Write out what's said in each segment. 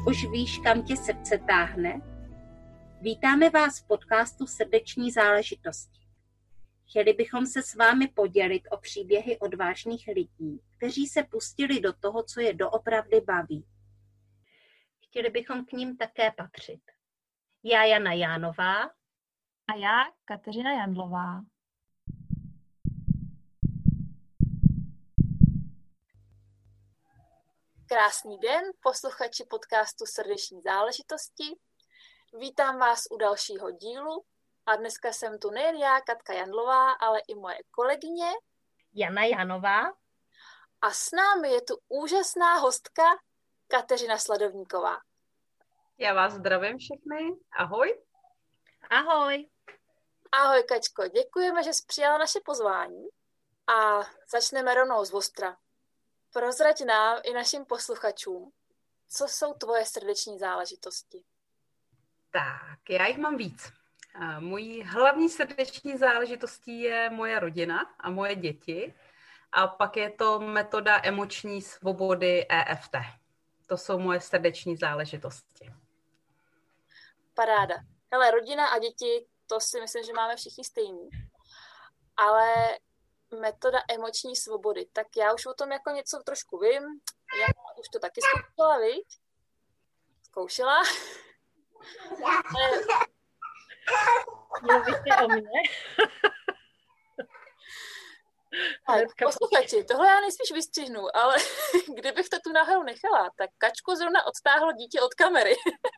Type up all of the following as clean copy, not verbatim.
Už víš, kam tě srdce táhne? Vítáme vás v podcastu Srdeční záležitosti. Chtěli bychom se s vámi podělit o příběhy odvážných lidí, kteří se pustili do toho, co je doopravdy baví. Chtěli bychom k ním také patřit. Já Jana Jánová. A já Kateřina Jandlová. Krásný den, posluchači podcastu Srdeční záležitosti. Vítám vás u dalšího dílu a dneska jsem tu nejen já, Katka Jandlová, ale i moje kolegyně Jana Jánová. A s námi je tu úžasná hostka Kateřina Sladovníková. Já vás zdravím všechny. Ahoj. Ahoj. Ahoj, Kačko, děkujeme, že jsi přijala naše pozvání a začneme rovnou z ostra. Prozrať nám i našim posluchačům, co jsou tvoje srdeční záležitosti. Tak, já jich mám víc. Mojí hlavní srdeční záležitostí je moje rodina a moje děti. A pak je to metoda emoční svobody EFT. To jsou moje srdeční záležitosti. Paráda. Hele, rodina a děti, to si myslím, že máme všichni stejný. Ale metoda emoční svobody, tak já už o tom jako něco trošku vím. Já už to taky zkoušela, viď? Zkoušela. Mluvíte o mě? Tak, posluchači, tohle já nejspíš vystřihnu, ale kdybych to tu náhodou nechala, tak Kačku zrovna odtáhlo dítě od kamery.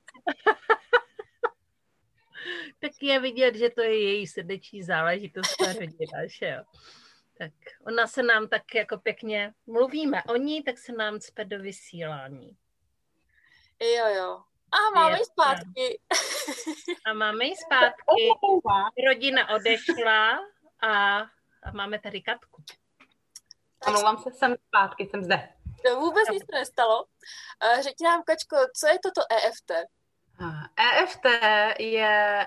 Tak je vidět, že to je její srdeční záležitost ta rodina, že jo. Tak ona se nám tak jako pěkně, mluvíme o ní, tak se nám cpe do vysílání. Jo. A máme ji zpátky. A máme ji zpátky. Rodina odešla a máme tady Katku. Omlouvám se, jsem zpátky, jsem zde. Vůbec nic se nestalo. Řekni nám, Kačko, co je toto EFT? EFT je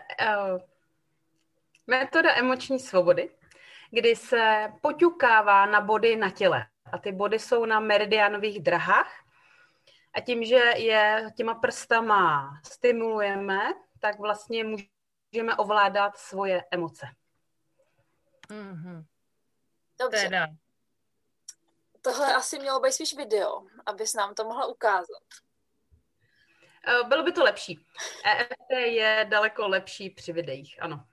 metoda emoční svobody, kdy se poťukává na body na těle. A ty body jsou na meridianových drahách. A tím, že je těma prstama stimulujeme, tak vlastně můžeme ovládat svoje emoce. Mm-hmm. Dobře. Teda. Tohle asi mělo být spíš video, abys nám to mohla ukázat. Bylo by to lepší. EFT je daleko lepší při videích, ano.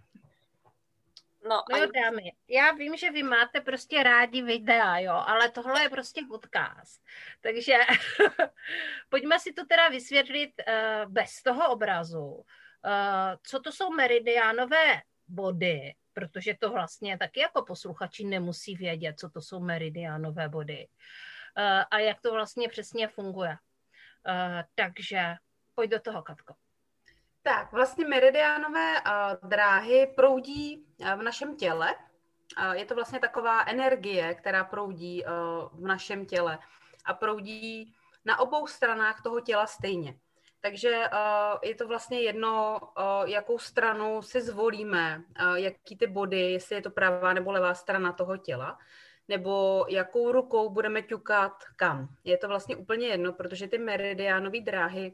No jo, dámy, já vím, že vy máte prostě rádi videa, jo, ale tohle je prostě podcast. Takže pojďme si to teda vysvětlit bez toho obrazu. Co to jsou meridiánové body, protože to vlastně taky jako posluchači nemusí vědět, co to jsou meridiánové body a jak to vlastně přesně funguje. Takže pojď do toho, Katko. Tak, vlastně meridiánové dráhy proudí v našem těle. Je to vlastně taková energie, která proudí v našem těle a proudí na obou stranách toho těla stejně. Takže je to vlastně jedno, jakou stranu si zvolíme, jaký ty body, jestli je to pravá nebo levá strana toho těla, nebo jakou rukou budeme ťukat kam. Je to vlastně úplně jedno, protože ty meridiánové dráhy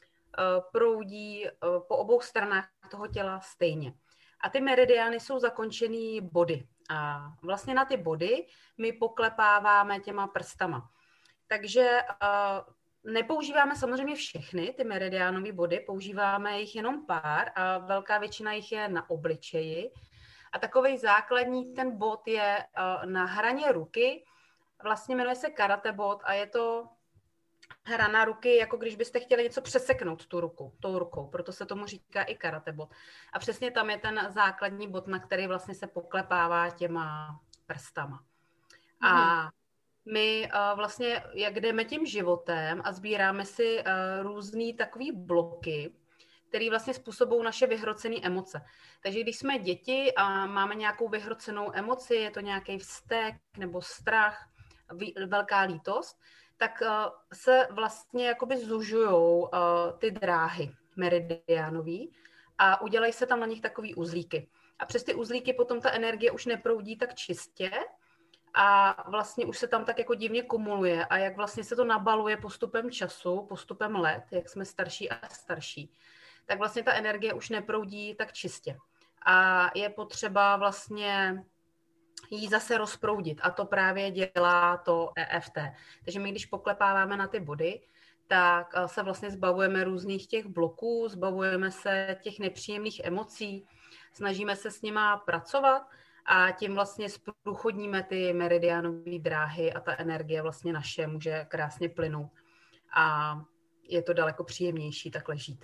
proudí po obou stranách toho těla stejně. A ty meridiány jsou zakončený body. A vlastně na ty body my poklepáváme těma prstama. Takže nepoužíváme samozřejmě všechny ty meridiánové body, používáme jich jenom pár a velká většina jich je na obličeji. A takovej základní ten bod je na hraně ruky. Vlastně jmenuje se karate bod a je to hra na ruky, jako když byste chtěli něco přeseknout tou rukou. Proto se tomu říká i karate bod. A přesně tam je ten základní bod, na který vlastně se poklepává těma prstama. A my vlastně, jak jdeme tím životem a sbíráme si různý takový bloky, které vlastně způsobují naše vyhrocené emoce. Takže když jsme děti a máme nějakou vyhrocenou emoci, je to nějaký vztek nebo strach, velká lítost, tak se vlastně jakoby zužujou ty dráhy meridiánový a udělají se tam na nich takový uzlíky. A přes ty uzlíky potom ta energie už neproudí tak čistě a vlastně už se tam tak jako divně kumuluje a jak vlastně se to nabaluje postupem času, postupem let, jak jsme starší a starší, tak vlastně ta energie už neproudí tak čistě. A je potřeba vlastně jí zase rozproudit a to právě dělá to EFT. Takže my, když poklepáváme na ty body, tak se vlastně zbavujeme různých těch bloků, zbavujeme se těch nepříjemných emocí, snažíme se s nima pracovat a tím vlastně zprůchodníme ty meridiánové dráhy a ta energie vlastně naše může krásně plynout. A je to daleko příjemnější takhle žít.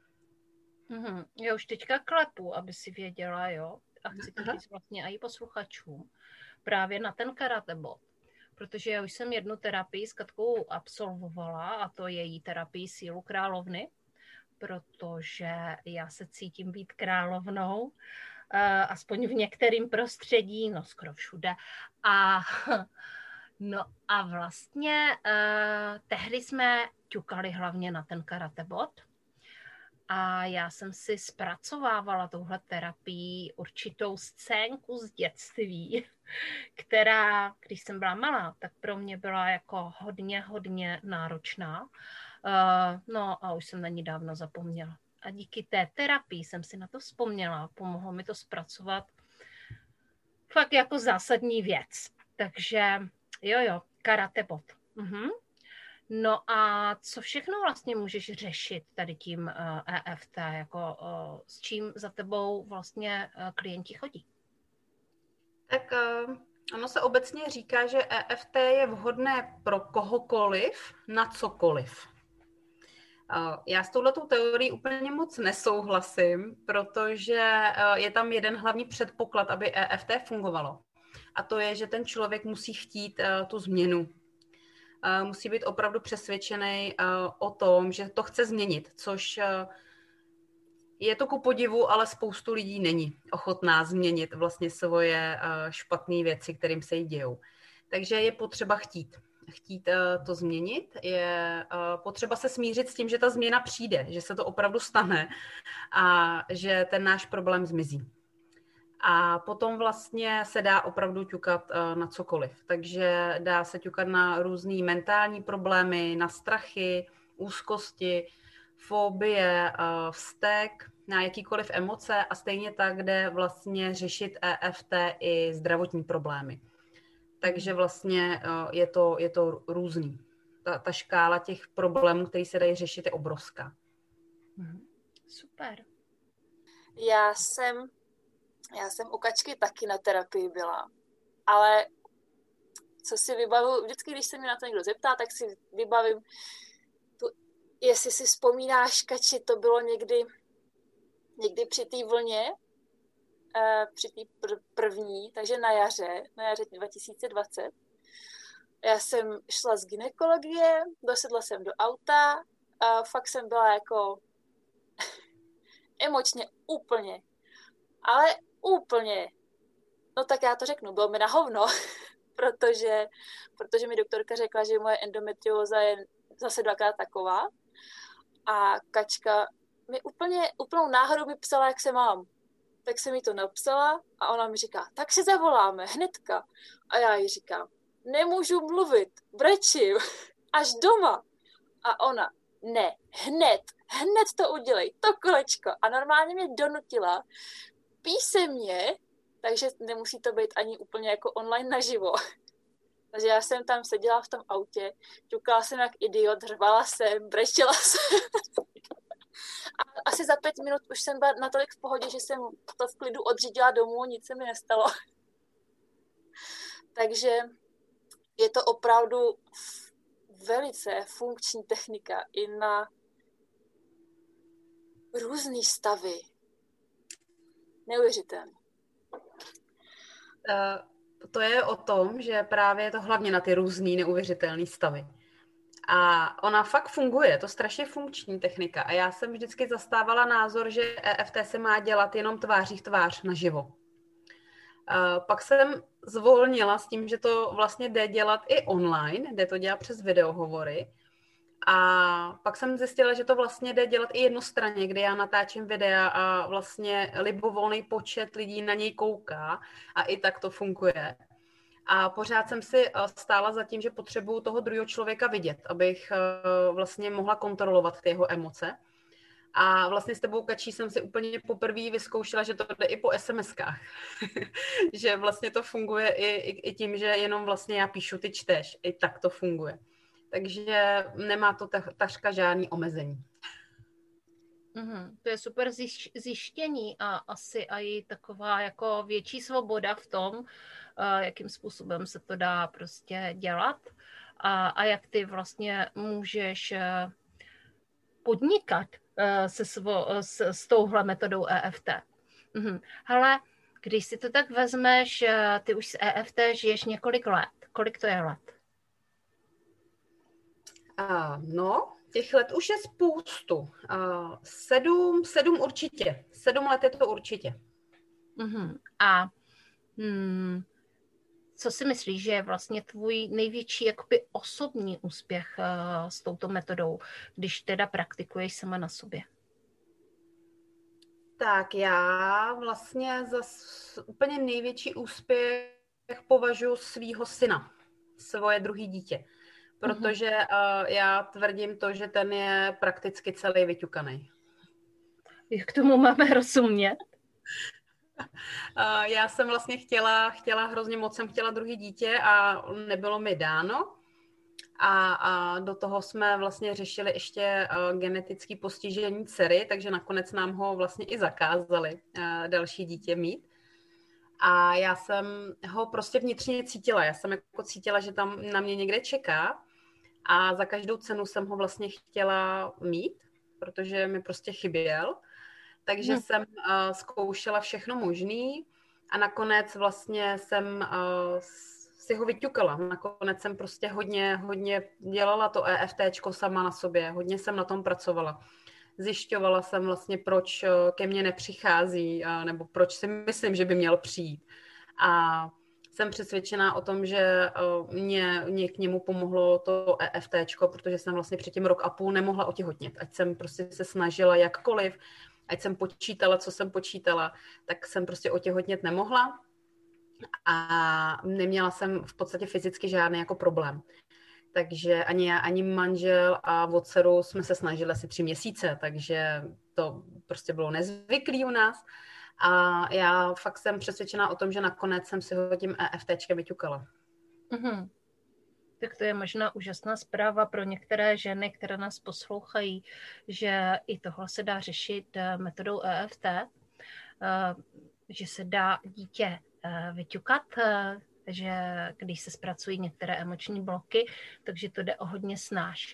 Já už teďka klepu, aby si věděla, jo. A chci to říct vlastně i posluchačům. Právě na ten karate bod. Protože já už jsem jednu terapii s Katkou absolvovala a to je její terapii Sílu královny, protože já se cítím být královnou, aspoň v některém prostředí, no skoro všude. A vlastně tehdy jsme ťukali hlavně na ten karate bod. A já jsem si zpracovávala touhle terapii určitou scénku z dětství, která, když jsem byla malá, tak pro mě byla jako hodně náročná. No a už jsem na ní dávno zapomněla. A díky té terapii jsem si na to vzpomněla. Pomohlo mi to zpracovat fakt jako zásadní věc. Takže jo, karate bod. No a co všechno vlastně můžeš řešit tady tím EFT, jako s čím za tebou vlastně klienti chodí? Tak ono se obecně říká, že EFT je vhodné pro kohokoliv, na cokoliv. Já s touhletou teorií úplně moc nesouhlasím, protože je tam jeden hlavní předpoklad, aby EFT fungovalo. A to je, že ten člověk musí chtít tu změnu. Musí být opravdu přesvědčený o tom, že to chce změnit, což je to ku podivu, ale spoustu lidí není ochotná změnit vlastně svoje špatné věci, kterým se jí dějou. Takže je potřeba chtít to změnit, je potřeba se smířit s tím, že ta změna přijde, že se to opravdu stane a že ten náš problém zmizí. A potom vlastně se dá opravdu ťukat na cokoliv. Takže dá se ťukat na různý mentální problémy, na strachy, úzkosti, fobie, vztek, na jakýkoliv emoce a stejně tak jde vlastně řešit EFT i zdravotní problémy. Takže vlastně je to různý. Ta škála těch problémů, které se dají řešit, je obrovská. Super. Já jsem u Kačky taky na terapii byla, ale co si vybavuju, vždycky, když se mě na to někdo zeptá, tak si vybavím, jestli si vzpomínáš, Kači, to bylo někdy při té vlně, při té první, takže na jaře 2020. Já jsem šla z gynekologie, dosedla jsem do auta a fakt jsem byla jako emočně úplně, ale úplně, no tak já to řeknu, bylo mi na hovno, protože mi doktorka řekla, že moje endometrióza je zase 2x taková a Kačka mi úplnou náhodou mi psala, jak se mám. Tak jsem mi to napsala a ona mi říká, tak si zavoláme hnedka. A já jí říkám, nemůžu mluvit, brečím, až doma. A ona, ne, hned to udělej, to kolečko. A normálně mě donutila písemně, takže nemusí to být ani úplně jako online naživo. Takže já jsem tam seděla v tom autě, ťukala jsem jak idiot, řvala jsem, brečela jsem. A asi za 5 minut už jsem byla natolik v pohodě, že jsem to v klidu odřídila domů, nic se mi nestalo. Takže je to opravdu velice funkční technika i na různý stavy. Neuvěřitelné. To je o tom, že právě je to hlavně na ty různý neuvěřitelné stavy. A ona fakt funguje, je to strašně funkční technika. A já jsem vždycky zastávala názor, že EFT se má dělat jenom tváří v tvář naživo. Pak jsem zvolnila s tím, že to vlastně jde dělat i online, jde to dělat přes videohovory. A pak jsem zjistila, že to vlastně jde dělat i jednostranně, kdy já natáčím videa a vlastně libovolný počet lidí na něj kouká a i tak to funguje. A pořád jsem si stála za tím, že potřebuju toho druhého člověka vidět, abych vlastně mohla kontrolovat ty jeho emoce. A vlastně s tebou, Kačí, jsem si úplně poprvé vyzkoušela, že to jde i po SMS-kách. Že vlastně to funguje i tím, že jenom vlastně já píšu, ty čteš. I tak to funguje. Takže nemá to takřka žádný omezení. To je super zjištění a asi i taková jako větší svoboda v tom, jakým způsobem se to dá prostě dělat a jak ty vlastně můžeš podnikat s touhle metodou EFT. Ale když si to tak vezmeš, ty už s EFT žiješ několik let. Kolik to je let? No, těch let už je spoustu. 7 určitě. 7 let je to určitě. A co si myslíš, že je vlastně tvůj největší jakoby osobní úspěch s touto metodou, když teda praktikuješ sama na sobě? Tak já vlastně za úplně největší úspěch považuji svýho syna, svoje druhé dítě. Protože já tvrdím to, že ten je prakticky celý vyťukaný. Jak tomu máme rozumět? Já jsem vlastně chtěla hrozně moc, jsem chtěla druhé dítě a nebylo mi dáno. A do toho jsme vlastně řešili ještě genetické postižení dcery, takže nakonec nám ho vlastně i zakázali další dítě mít. A já jsem ho prostě vnitřně cítila. Já jsem jako cítila, že tam na mě někde čeká a za každou cenu jsem ho vlastně chtěla mít, protože mi prostě chyběl. Takže jsem zkoušela všechno možný a nakonec vlastně jsem si ho vyťukala. Nakonec jsem prostě hodně dělala to EFTčko sama na sobě, hodně jsem na tom pracovala. Zjišťovala jsem vlastně, proč ke mně nepřichází, nebo proč si myslím, že by měl přijít. A jsem přesvědčená o tom, že mě k němu pomohlo to EFTčko, protože jsem vlastně předtím 1,5 roku nemohla otěhotnět. Ať jsem prostě se snažila jakkoliv, ať jsem počítala, co jsem počítala, tak jsem prostě otěhotnět nemohla a neměla jsem v podstatě fyzicky žádný jako problém. Takže ani já, ani manžel a o dceru jsme se snažili asi 3 měsíce, takže to prostě bylo nezvyklý u nás. A já fakt jsem přesvědčená o tom, že nakonec jsem si ho tím EFTčkem vyťukala. Tak to je možná úžasná zpráva pro některé ženy, které nás poslouchají, že i tohle se dá řešit metodou EFT, že se dá dítě vyťukat, že když se zpracují některé emoční bloky, takže to jde o hodně snáš.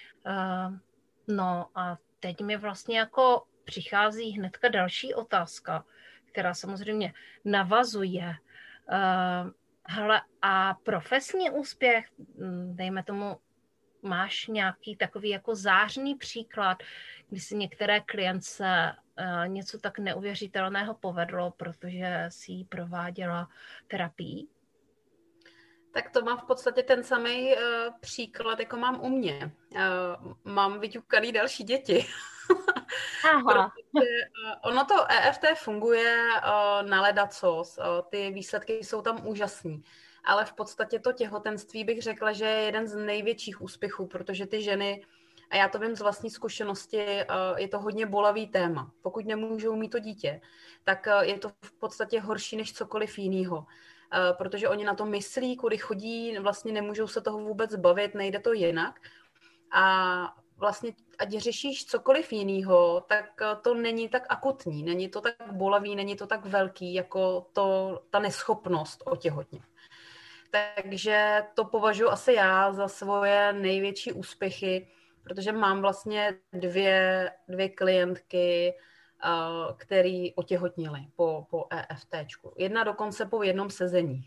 No a teď mi vlastně jako přichází hnedka další otázka, která samozřejmě navazuje. Hele, a profesní úspěch, dejme tomu, máš nějaký takový jako zářný příklad, kdy si některé klientce něco tak neuvěřitelného povedlo, protože si jí prováděla terapii? Tak to mám v podstatě ten samý příklad, jako mám u mě. Mám vyťukaný další děti. Aha. Ono to EFT funguje na ledacos, ty výsledky jsou tam úžasný, ale v podstatě to těhotenství bych řekla, že je jeden z největších úspěchů, protože ty ženy, a já to vím z vlastní zkušenosti, je to hodně bolavý téma. Pokud nemůžou mít to dítě, tak je to v podstatě horší než cokoliv jinýho, protože oni na to myslí, kudy chodí, vlastně nemůžou se toho vůbec bavit, nejde to jinak. A vlastně, ať řešíš cokoliv jinýho, tak to není tak akutní, není to tak bolavý, není to tak velký, jako ta neschopnost otěhotnět. Takže to považuji asi já za svoje největší úspěchy, protože mám vlastně dvě klientky, který otěhotnily po EFTčku. Jedna dokonce po jednom sezení.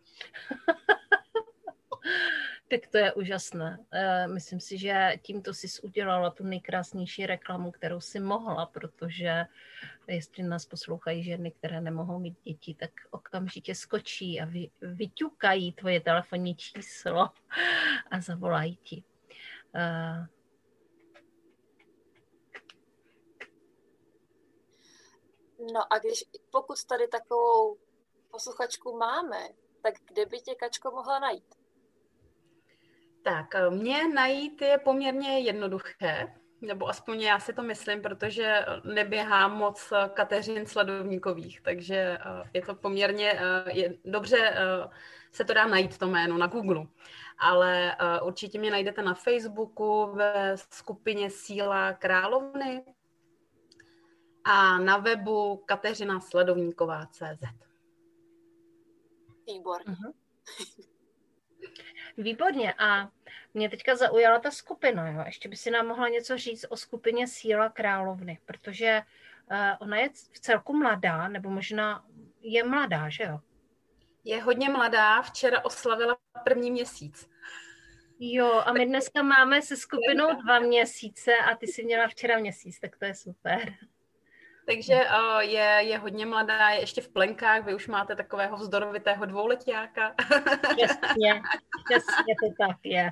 Tak to je úžasné. Myslím si, že tímto jsi udělala tu nejkrásnější reklamu, kterou si mohla, protože jestli nás poslouchají ženy, které nemohou mít děti, tak okamžitě skočí a vyťukají tvoje telefonní číslo a zavolají ti. No a pokud tady takovou posluchačku máme, Tak kde by tě, Kačko, mohla najít? Tak, mě najít je poměrně jednoduché, nebo aspoň já si to myslím, protože neběhám moc Kateřin sledovníkových, takže je to poměrně dobře se to dá najít to jméno na Google. Ale určitě mě najdete na Facebooku ve skupině Síla královny a na webu kateřinasledovníková.cz. Výborně. Uh-huh. Výborně. A mě teďka zaujala ta skupina. Jo? Ještě by si nám mohla něco říct o skupině Síla královny, protože ona je v celku mladá, nebo možná je mladá, že jo? Je hodně mladá, včera oslavila 1. měsíc. Jo, a my dneska máme se skupinou 2 měsíce a ty jsi měla včera měsíc, tak to je super. Takže je hodně mladá, je ještě v plenkách, vy už máte takového vzdorovitého dvouletáka. Přesně to tak je.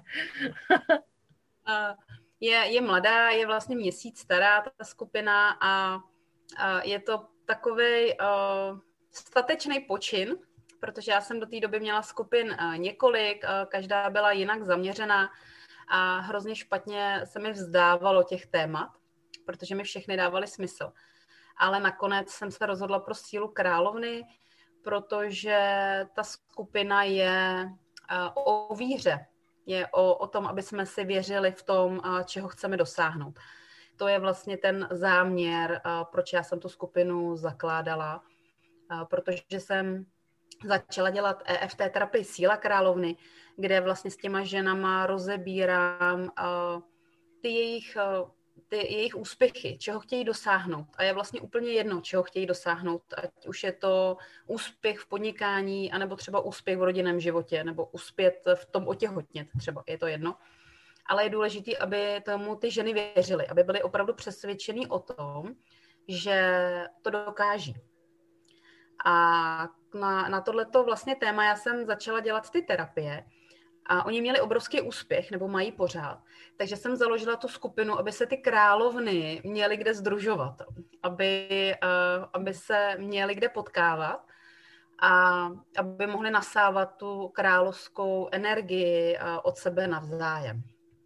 Je mladá, je vlastně měsíc stará ta skupina a je to takovej statečný počin, protože já jsem do té doby měla skupin několik, každá byla jinak zaměřená a hrozně špatně se mi vzdávalo těch témat, protože mi všechny dávaly smysl. Ale nakonec jsem se rozhodla pro Sílu královny, protože ta skupina je o víře. Je o tom, aby jsme si věřili v tom, čeho chceme dosáhnout. To je vlastně ten záměr, proč já jsem tu skupinu zakládala, protože jsem začala dělat EFT terapii Síla královny, kde vlastně s těma ženama rozebírám ty jejich úspěchy, čeho chtějí dosáhnout. A je vlastně úplně jedno, čeho chtějí dosáhnout. Ať už je to úspěch v podnikání, anebo třeba úspěch v rodinném životě, nebo úspěch v tom otěhotnět třeba, je to jedno. Ale je důležité, aby tomu ty ženy věřily, aby byly opravdu přesvědčený o tom, že to dokáží. A na tohleto vlastně téma já jsem začala dělat ty terapie a oni měli obrovský úspěch, nebo mají pořád. Takže jsem založila tu skupinu, aby se ty královny měly kde sdružovat, aby se měly kde potkávat a aby mohly nasávat tu královskou energii od sebe navzájem.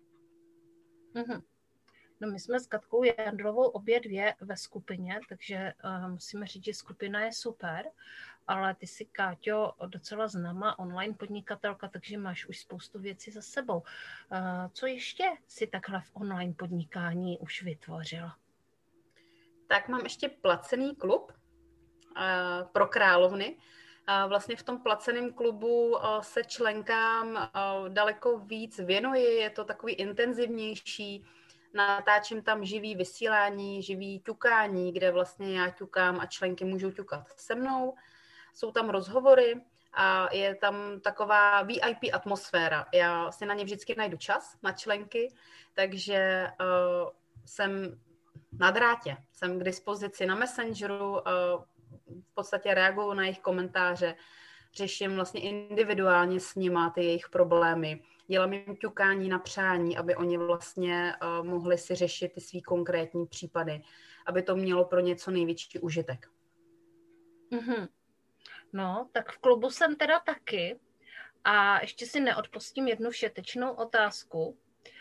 Mm-hmm. No my jsme s Katkou Jandlovou obě dvě ve skupině, takže musíme říct, že skupina je super, ale ty jsi, Káťo, docela známá online podnikatelka, takže máš už spoustu věcí za sebou. Co ještě si takhle v online podnikání už vytvořila? Tak mám ještě placený klub pro královny. Vlastně v tom placeném klubu se členkám daleko víc věnuji, je to takový intenzivnější, natáčím tam živý vysílání, živý ťukání, kde vlastně já ťukám a členky můžou ťukat se mnou. Jsou tam rozhovory a je tam taková VIP atmosféra. Já si na ně vždycky najdu čas, na členky, takže jsem na drátě, jsem k dispozici na Messengeru, v podstatě reaguju na jejich komentáře, řeším vlastně individuálně s nima ty jejich problémy, dělám jim ťukání na přání, aby oni vlastně mohli si řešit ty svý konkrétní případy, aby to mělo pro ně co největší užitek. Mm-hmm. No, tak v klubu jsem teda taky a ještě si neodpustím jednu všetečnou otázku.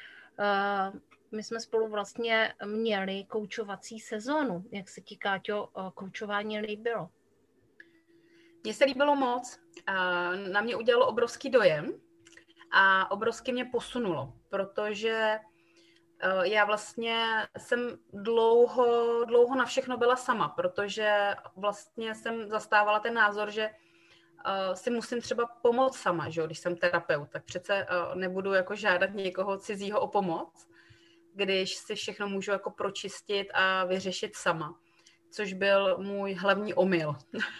My jsme spolu vlastně měli koučovací sezónu. Jak se ti, Káťo, koučování líbilo? Mně se líbilo moc. Na mě udělalo obrovský dojem a obrovsky mě posunulo, protože já vlastně jsem dlouho na všechno byla sama, protože vlastně jsem zastávala ten názor, že si musím třeba pomoct sama, že? Když jsem terapeut, tak přece nebudu jako žádat někoho cizího o pomoc, když si všechno můžu jako pročistit a vyřešit sama, což byl můj hlavní omyl.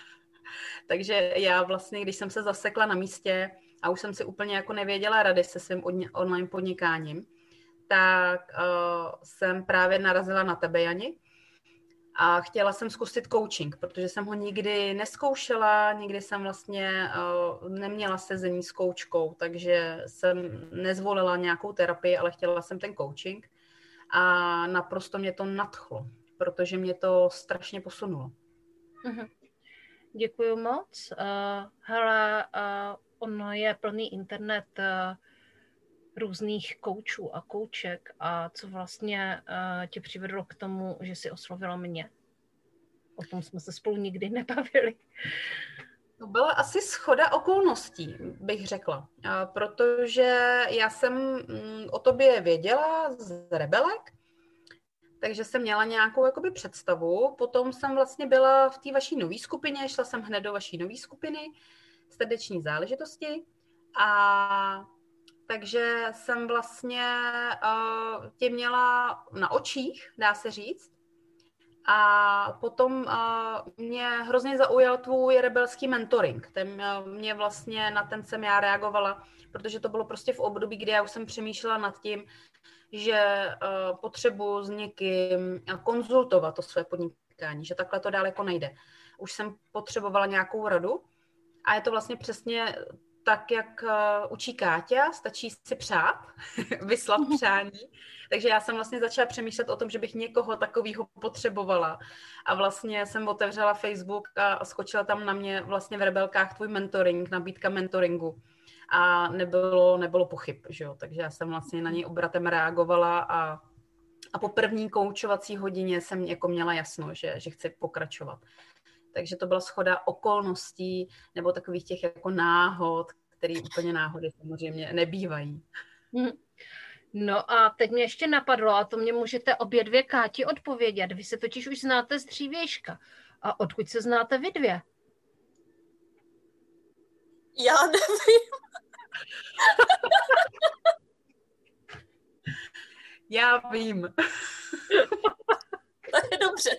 Takže já vlastně, když jsem se zasekla na místě a už jsem si úplně jako nevěděla rady se svým online podnikáním, tak jsem právě narazila na tebe, Jani, a chtěla jsem zkusit coaching, protože jsem ho nikdy neskoušela, nikdy jsem vlastně neměla sezení s koučkou, takže jsem nezvolila nějakou terapii, ale chtěla jsem ten coaching a naprosto mě to nadchlo, protože mě to strašně posunulo. Mhm. Děkuju moc. Hele, on je plný internet různých koučů a kouček a co vlastně tě přivedlo k tomu, že jsi oslovila mě. O tom jsme se spolu nikdy nebavili. To byla asi shoda okolností, bych řekla, protože já jsem o tobě věděla z Rebelek, takže jsem měla nějakou jakoby představu. Potom jsem vlastně byla v té vaší nové skupině, šla jsem hned do vaší nové skupiny srdeční záležitosti a takže jsem vlastně tě měla na očích, dá se říct. A potom mě hrozně zaujal tvůj rebelský mentoring. Mě vlastně na ten jsem já reagovala, protože to bylo prostě v období, kdy já už jsem přemýšlela nad tím, že potřebuji s někým konzultovat to své podnikání, že takhle to daleko nejde. Už jsem potřebovala nějakou radu a je to vlastně přesně tak, jak učí Káťa, stačí si přát, vyslat přání. Takže já jsem vlastně začala přemýšlet o tom, že bych někoho takového potřebovala. A vlastně jsem otevřela Facebook a skočila tam na mě vlastně v Rebelkách tvůj mentoring, nabídka mentoringu. A nebylo pochyb, že jo? Takže já jsem vlastně na něj obratem reagovala a po první koučovací hodině jsem jako měla jasno, že chci pokračovat. Takže to byla shoda okolností nebo takových těch jako náhod, které úplně náhody samozřejmě nebývají. No a teď mě ještě napadlo, a to mě můžete obě dvě Káti odpovědět. Vy se totiž už znáte z dřívějška. A odkud se znáte vy dvě? Já nevím. Já vím. To je dobře.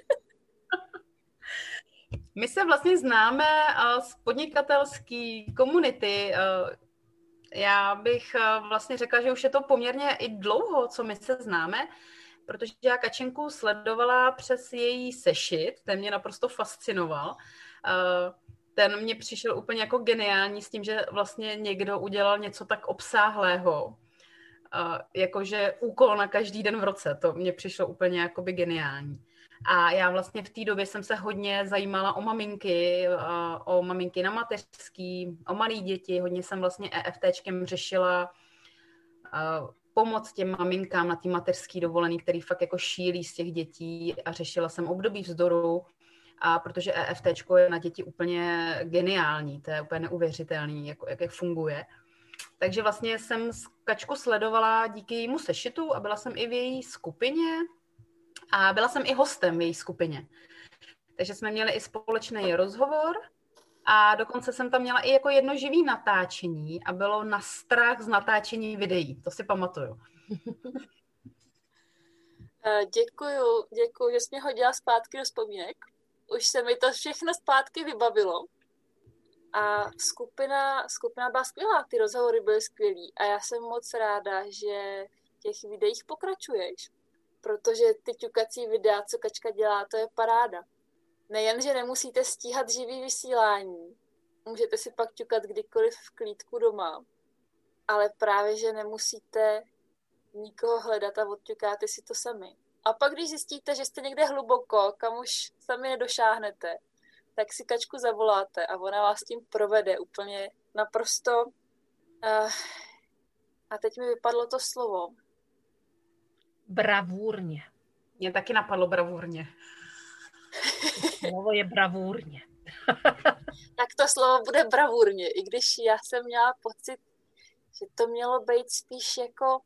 My se vlastně známe z podnikatelské komunity. Já bych vlastně řekla, že už je to poměrně i dlouho, co my se známe, protože já Kačenku sledovala přes její sešit, ten mě naprosto fascinoval. Ten mě přišel úplně jako geniální s tím, že vlastně někdo udělal něco tak obsáhlého, jakože úkol na každý den v roce. To mě přišlo úplně jakoby geniální. A já vlastně v té době jsem se hodně zajímala o maminky na mateřský, o malé děti. Hodně jsem vlastně EFTčkem řešila pomoc těm maminkám na té mateřské dovolený, který fakt jako šílí z těch dětí a řešila jsem období vzdoru, a protože EFTčko je na děti úplně geniální, to je úplně neuvěřitelný, jak funguje. Takže vlastně jsem Kačku sledovala díky jejímu sešitu a byla jsem i v její skupině a byla jsem i hostem v její skupině. Takže jsme měli i společný rozhovor a dokonce jsem tam měla i jako jedno živý natáčení a bylo na strach z natáčení videí. To si pamatuju. Děkuju, že jsi mě hodila zpátky do vzpomínek. Už se mi to všechno zpátky vybavilo. A skupina byla skvělá, ty rozhovory byly skvělý a já jsem moc ráda, že v těch videích pokračuješ, protože ty ťukací videa, co Kačka dělá, to je paráda. Nejen, že nemusíte stíhat živý vysílání, můžete si pak ťukat kdykoliv v klídku doma, ale právě, že nemusíte nikoho hledat a odťukáte si to sami. A pak, když zjistíte, že jste někde hluboko, kam už sami nedošáhnete, tak si Kačku zavoláte a ona vás tím provede úplně naprosto... A teď mi vypadlo to slovo. Bravurně. Mě taky napadlo bravurně. Slovo je bravurně. Tak to slovo bude bravurně, i když já jsem měla pocit, že to mělo být spíš jako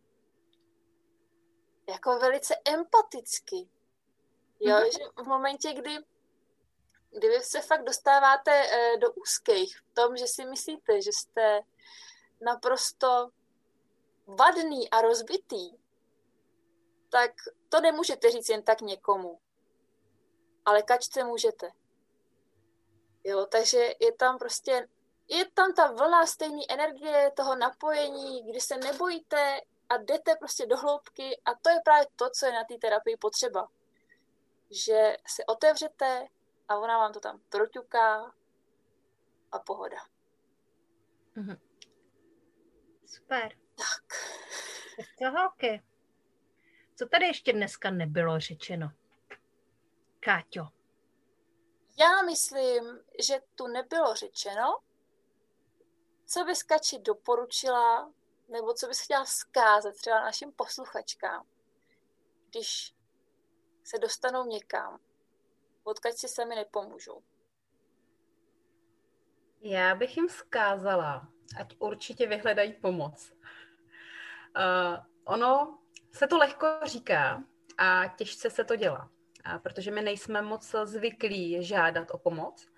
velice empaticky. Jo, že v momentě, kdy vy se fakt dostáváte do úzkých v tom, že si myslíte, že jste naprosto vadný a rozbitý, tak to nemůžete říct jen tak někomu. Ale Kačce můžete. Jo, takže je tam ta vlna stejné energie, toho napojení, kdy se nebojíte a jdete prostě do hloubky a to je právě to, co je na té terapii potřeba. Že se otevřete a ona vám to tam proťuká a pohoda. Mhm. Super. Tak. Co, holky? Co tady ještě dneska nebylo řečeno? Káťo. Já myslím, že tu nebylo řečeno, co bys Kači doporučila, nebo co bys chtěla vzkázat třeba našim posluchačkám, když se dostanou někam, odkud si sami nepomůžou. Já bych jim vzkázala, ať určitě vyhledají pomoc. Ono se to lehko říká a těžce se to dělá, protože my nejsme moc zvyklí žádat o pomoc.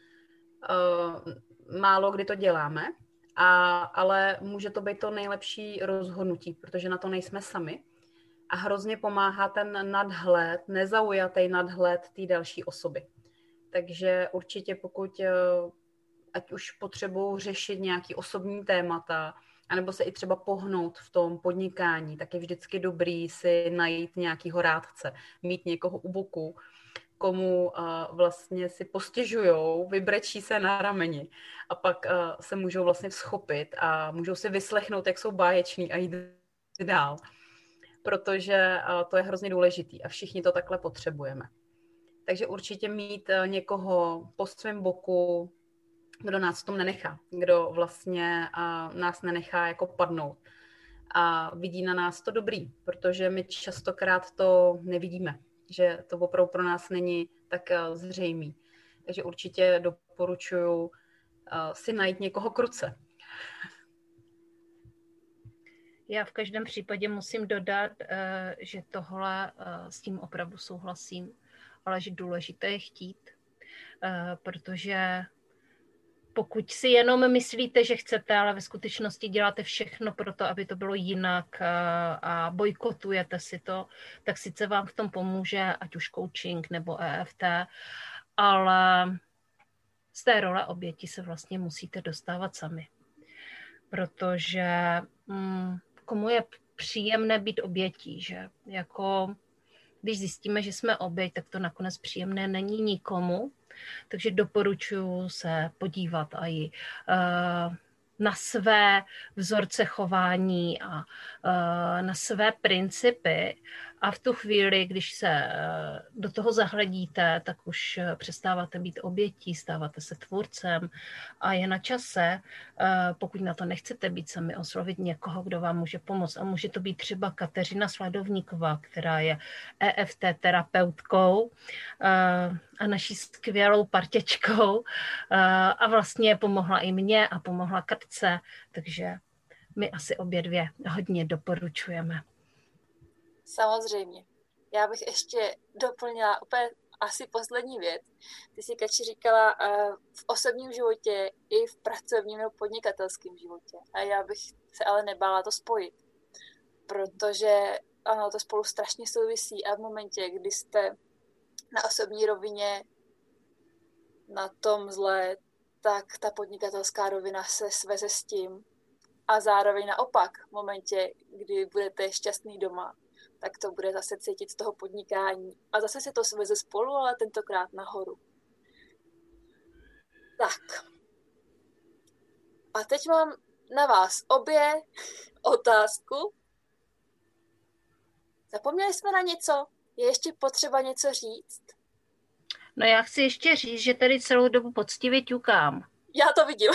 Málo kdy to děláme, ale může to být to nejlepší rozhodnutí, protože na to nejsme sami. A hrozně pomáhá ten nadhled, nezaujatý nadhled té další osoby. Takže určitě pokud, ať už potřebují řešit nějaký osobní témata, anebo se i třeba pohnout v tom podnikání, tak je vždycky dobrý si najít nějakýho rádce, mít někoho u boku, komu vlastně si postěžujou, vybrečí se na rameni a pak se můžou vlastně vzchopit a můžou si vyslechnout, jak jsou báječní a jít dál. Protože to je hrozně důležitý a všichni to takhle potřebujeme. Takže určitě mít někoho po svém boku, kdo nás v tom nenechá, kdo vlastně nás nenechá jako padnout a vidí na nás to dobrý, protože my častokrát to nevidíme, že to opravdu pro nás není tak zřejmý. Takže určitě doporučuji si najít někoho k ruce. Já v každém případě musím dodat, že tohle s tím opravdu souhlasím, ale že důležité je chtít, protože pokud si jenom myslíte, že chcete, ale ve skutečnosti děláte všechno pro to, aby to bylo jinak a bojkotujete si to, tak sice vám v tom pomůže, ať už coaching nebo EFT, ale z té role oběti se vlastně musíte dostávat sami. Protože komu je příjemné být obětí, že? Jako, když zjistíme, že jsme oběť, tak to nakonec příjemné není nikomu. Takže doporučuji se podívat i na své vzorce chování a na své principy. A v tu chvíli, když se do toho zahledíte, tak už přestáváte být obětí, stáváte se tvůrcem a je na čase, pokud na to nechcete být sami, oslovit někoho, kdo vám může pomoct. A může to být třeba Kateřina Sladovníková, která je EFT terapeutkou a naší skvělou parťačkou a vlastně pomohla i mně a pomohla Katce, takže my asi obě dvě hodně doporučujeme. Samozřejmě. Já bych ještě doplnila úplně asi poslední věc. Ty jsi, Kači, říkala v osobním životě i v pracovním nebo podnikatelském životě. A já bych se ale nebála to spojit. Protože ano, to spolu strašně souvisí a v momentě, kdy jste na osobní rovině na tom zle, tak ta podnikatelská rovina se sveze s tím. A zároveň naopak, v momentě, kdy budete šťastný doma, tak to bude zase cítit z toho podnikání. A zase se to sveze spolu, ale tentokrát nahoru. Tak. A teď mám na vás obě otázku. Zapomněli jsme na něco? Je ještě potřeba něco říct? No já chci ještě říct, že tady celou dobu poctivě ťukám. Já to vidím.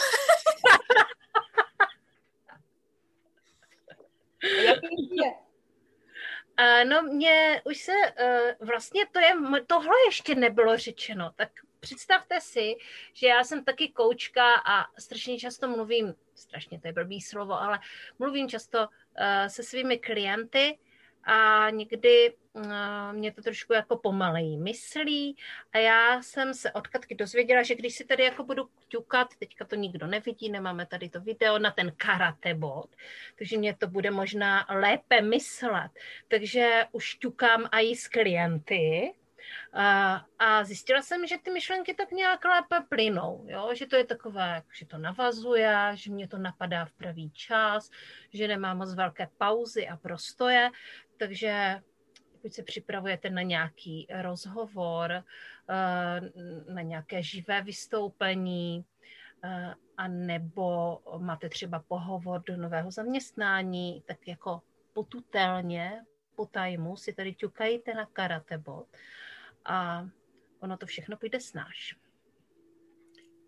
Jaký je? No mě už se, vlastně tohle ještě nebylo řečeno, tak představte si, že já jsem taky koučka a strašně často mluvím, strašně to je blbý slovo, ale mluvím často se svými klienty a někdy mě to trošku jako pomaleji myslí a já jsem se od Katky dozvěděla, že když si tady jako budu ťukat, teďka to nikdo nevidí, nemáme tady to video, na ten karate bod, takže mě to bude možná lépe myslet, takže už ťukám i s klienty a zjistila jsem, že ty myšlenky tak nějak lépe plynou, jo? Že to je takové, že to navazuje, že mě to napadá v pravý čas, že nemá moc velké pauzy a prostoje, takže pokud se připravujete na nějaký rozhovor, na nějaké živé vystoupení, a nebo máte třeba pohovor do nového zaměstnání, tak jako potutelně, po tajmu si tady ťukajte na karate bod a ono to všechno půjde snáš.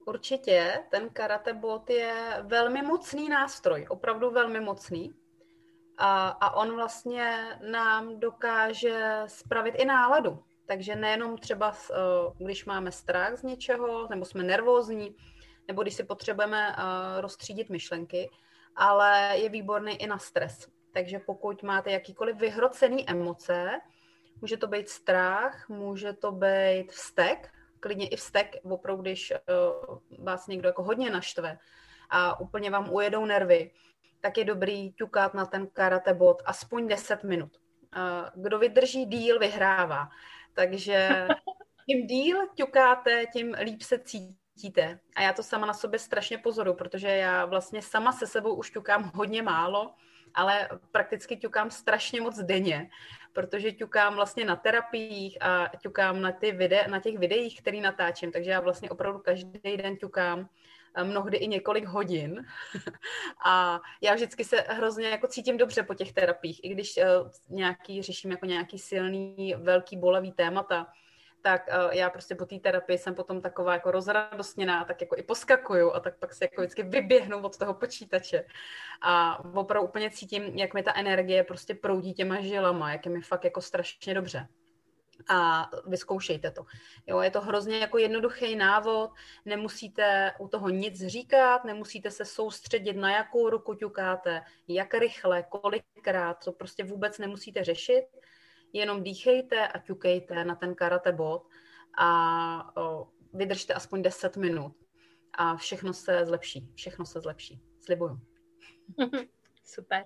Určitě, ten karate bot je velmi mocný nástroj, opravdu velmi mocný. A on vlastně nám dokáže spravit i náladu. Takže nejenom třeba, když máme strach z něčeho, nebo jsme nervózní, nebo když si potřebujeme rozstřídit myšlenky, ale je výborný i na stres. Takže pokud máte jakýkoliv vyhrocený emoce, může to být strach, může to být vztek, klidně i vztek, opravdu, když vás někdo jako hodně naštve a úplně vám ujedou nervy, tak je dobrý ťukat na ten karate bot aspoň 10 minut. Kdo vydrží díl, vyhrává. Takže tím díl ťukáte, tím líp se cítíte. A já to sama na sobě strašně pozoruju, protože já vlastně sama se sebou už ťukám hodně málo, ale prakticky ťukám strašně moc denně, protože ťukám vlastně na terapiích a ťukám na těch videích, které natáčím, takže já vlastně opravdu každý den ťukám, mnohdy i několik hodin. A já vždycky se hrozně jako cítím dobře po těch terapiích, i když řeším jako nějaký silný, velký, bolavý témata, tak já prostě po té terapii jsem potom taková jako rozradostněná, tak jako i poskakuju a tak pak se jako vždycky vyběhnu od toho počítače. A opravdu úplně cítím, jak mi ta energie prostě proudí těma žilama, jak je mi fakt jako strašně dobře. A vyzkoušejte to. Jo, je to hrozně jako jednoduchý návod, nemusíte u toho nic říkat, nemusíte se soustředit, na jakou ruku ťukáte, jak rychle, kolikrát, to prostě vůbec nemusíte řešit, jenom dýchejte a ťukejte na ten karate bot a vydržte aspoň 10 minut a všechno se zlepší, slibuju. Super.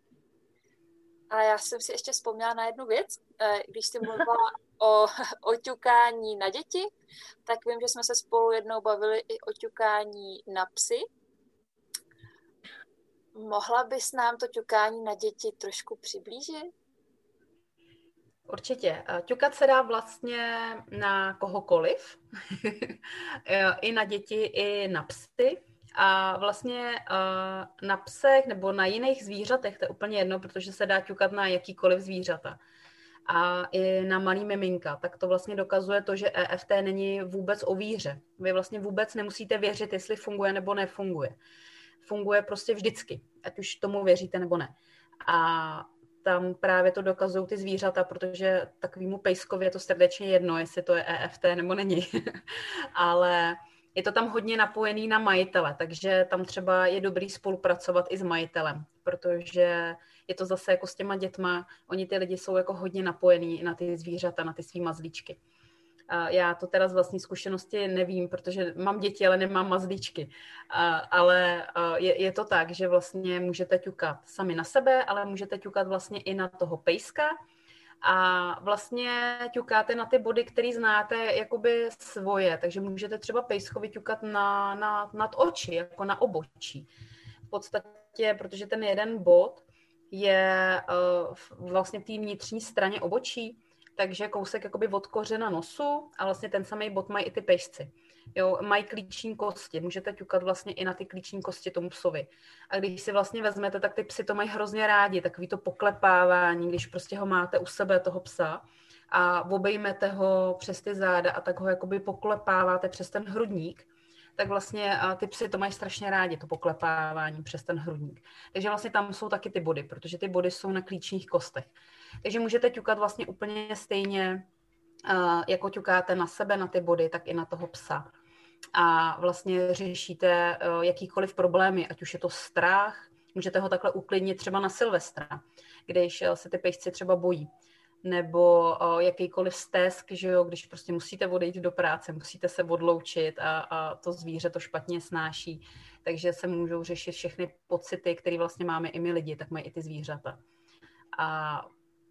A já jsem si ještě vzpomněla na jednu věc. Když jsi mluvila o ťukání na děti, tak vím, že jsme se spolu jednou bavili i o ťukání na psy. Mohla bys nám to ťukání na děti trošku přiblížit? Určitě. Ťukat se dá vlastně na kohokoliv, i na děti, i na psy. A vlastně na psech nebo na jiných zvířatech, to je úplně jedno, protože se dá ťukat na jakýkoliv zvířata. A i na malý miminka, tak to vlastně dokazuje to, že EFT není vůbec o víře. Vy vlastně vůbec nemusíte věřit, jestli funguje nebo nefunguje. Funguje prostě vždycky, ať už tomu věříte nebo ne. A tam právě to dokazují ty zvířata, protože takovému pejskovi je to srdečně jedno, jestli to je EFT nebo není. Ale je to tam hodně napojený na majitele, takže tam třeba je dobrý spolupracovat i s majitelem, protože je to zase jako s těma dětma, oni ty lidi jsou jako hodně napojení na ty zvířata, na ty svý mazlíčky. Já to teda z vlastní zkušenosti nevím, protože mám děti, ale nemám mazlíčky. Ale je to tak, že vlastně můžete ťukat sami na sebe, ale můžete ťukat vlastně i na toho pejska, a vlastně ťukáte na ty body, které znáte jakoby svoje, takže můžete třeba pejskovi ťukat nad oči, jako na obočí. V podstatě, protože ten jeden bod je vlastně v té vnitřní straně obočí, takže kousek jakoby od kořena nosu a vlastně ten samý bod mají i ty pejsci. Jo, mají klíční kosti, můžete ťukat vlastně i na ty klíční kosti tomu psovi. A když si vlastně vezmete, tak ty psy to mají hrozně rádi, takový to poklepávání, když prostě ho máte u sebe, toho psa, a obejmete ho přes ty záda a tak ho jakoby poklepáváte přes ten hrudník, tak vlastně ty psy to mají strašně rádi, to poklepávání přes ten hrudník. Takže vlastně tam jsou taky ty body, protože ty body jsou na klíčních kostech. Takže můžete ťukat vlastně úplně stejně, jako ťukáte na sebe, na ty body, tak i na toho psa. A vlastně řešíte jakýkoliv problémy, ať už je to strach, můžete ho takhle uklidnit třeba na Silvestra, když se ty pejsci třeba bojí. Nebo jakýkoliv stesk, že jo, když prostě musíte odejít do práce, musíte se odloučit a to zvíře to špatně snáší. Takže se můžou řešit všechny pocity, které vlastně máme i my lidi, tak mají i ty zvířata. A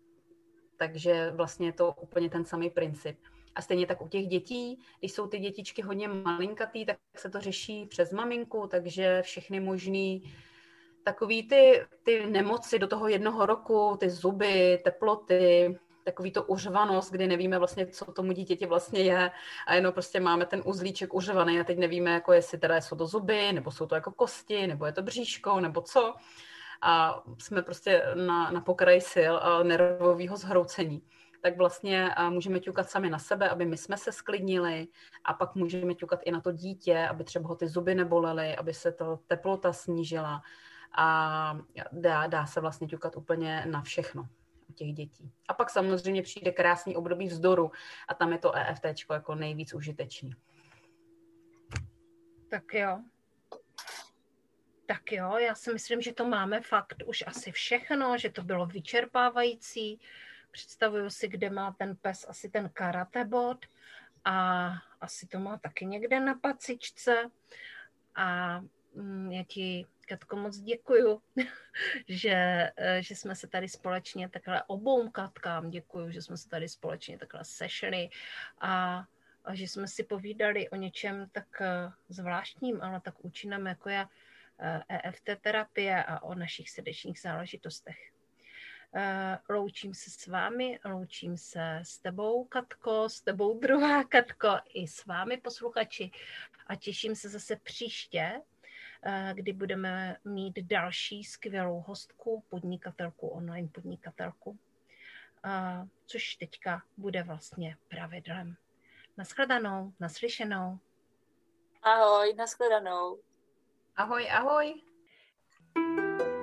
takže vlastně je to úplně ten samý princip. A stejně tak u těch dětí, když jsou ty dětičky hodně malinkatý, tak se to řeší přes maminku, takže všechny možný takový ty nemoci do toho 1 roku, ty zuby, teploty, takový to uřvanost, kdy nevíme vlastně, co tomu dítěti vlastně je a jenom prostě máme ten uzlíček uřvaný a teď nevíme, jako jestli teda jsou to zuby, nebo jsou to jako kosti, nebo je to bříško, nebo co. A jsme prostě na pokraji sil a nervového zhroucení. tak vlastně můžeme ťukat sami na sebe, aby my jsme se sklidnili a pak můžeme ťukat i na to dítě, aby třeba ho ty zuby nebolely, aby se to teplota snížila a dá se vlastně ťukat úplně na všechno u těch dětí. A pak samozřejmě přijde krásný období vzdoru a tam je to EFTčko jako nejvíc užitečný. Tak jo, já si myslím, že to máme fakt už asi všechno, že to bylo vyčerpávající. Představuju si, kde má ten pes asi ten karate bod a asi to má taky někde na pacičce. A já ti, Katko, moc děkuju, že jsme se tady společně takhle obou Katkám děkuju, že jsme se tady společně takhle sešli a že jsme si povídali o něčem tak zvláštním, ale tak účinném, jako je EFT terapie a o našich srdečních záležitostech. Loučím se s vámi, loučím se s tebou, Katko, s tebou druhá Katko i s vámi, posluchači, a těším se zase příště, kdy budeme mít další skvělou hostku, podnikatelku, online podnikatelku, což teďka bude vlastně pravidlem. Nashledanou, naslyšenou. Ahoj, nashledanou. Ahoj, ahoj.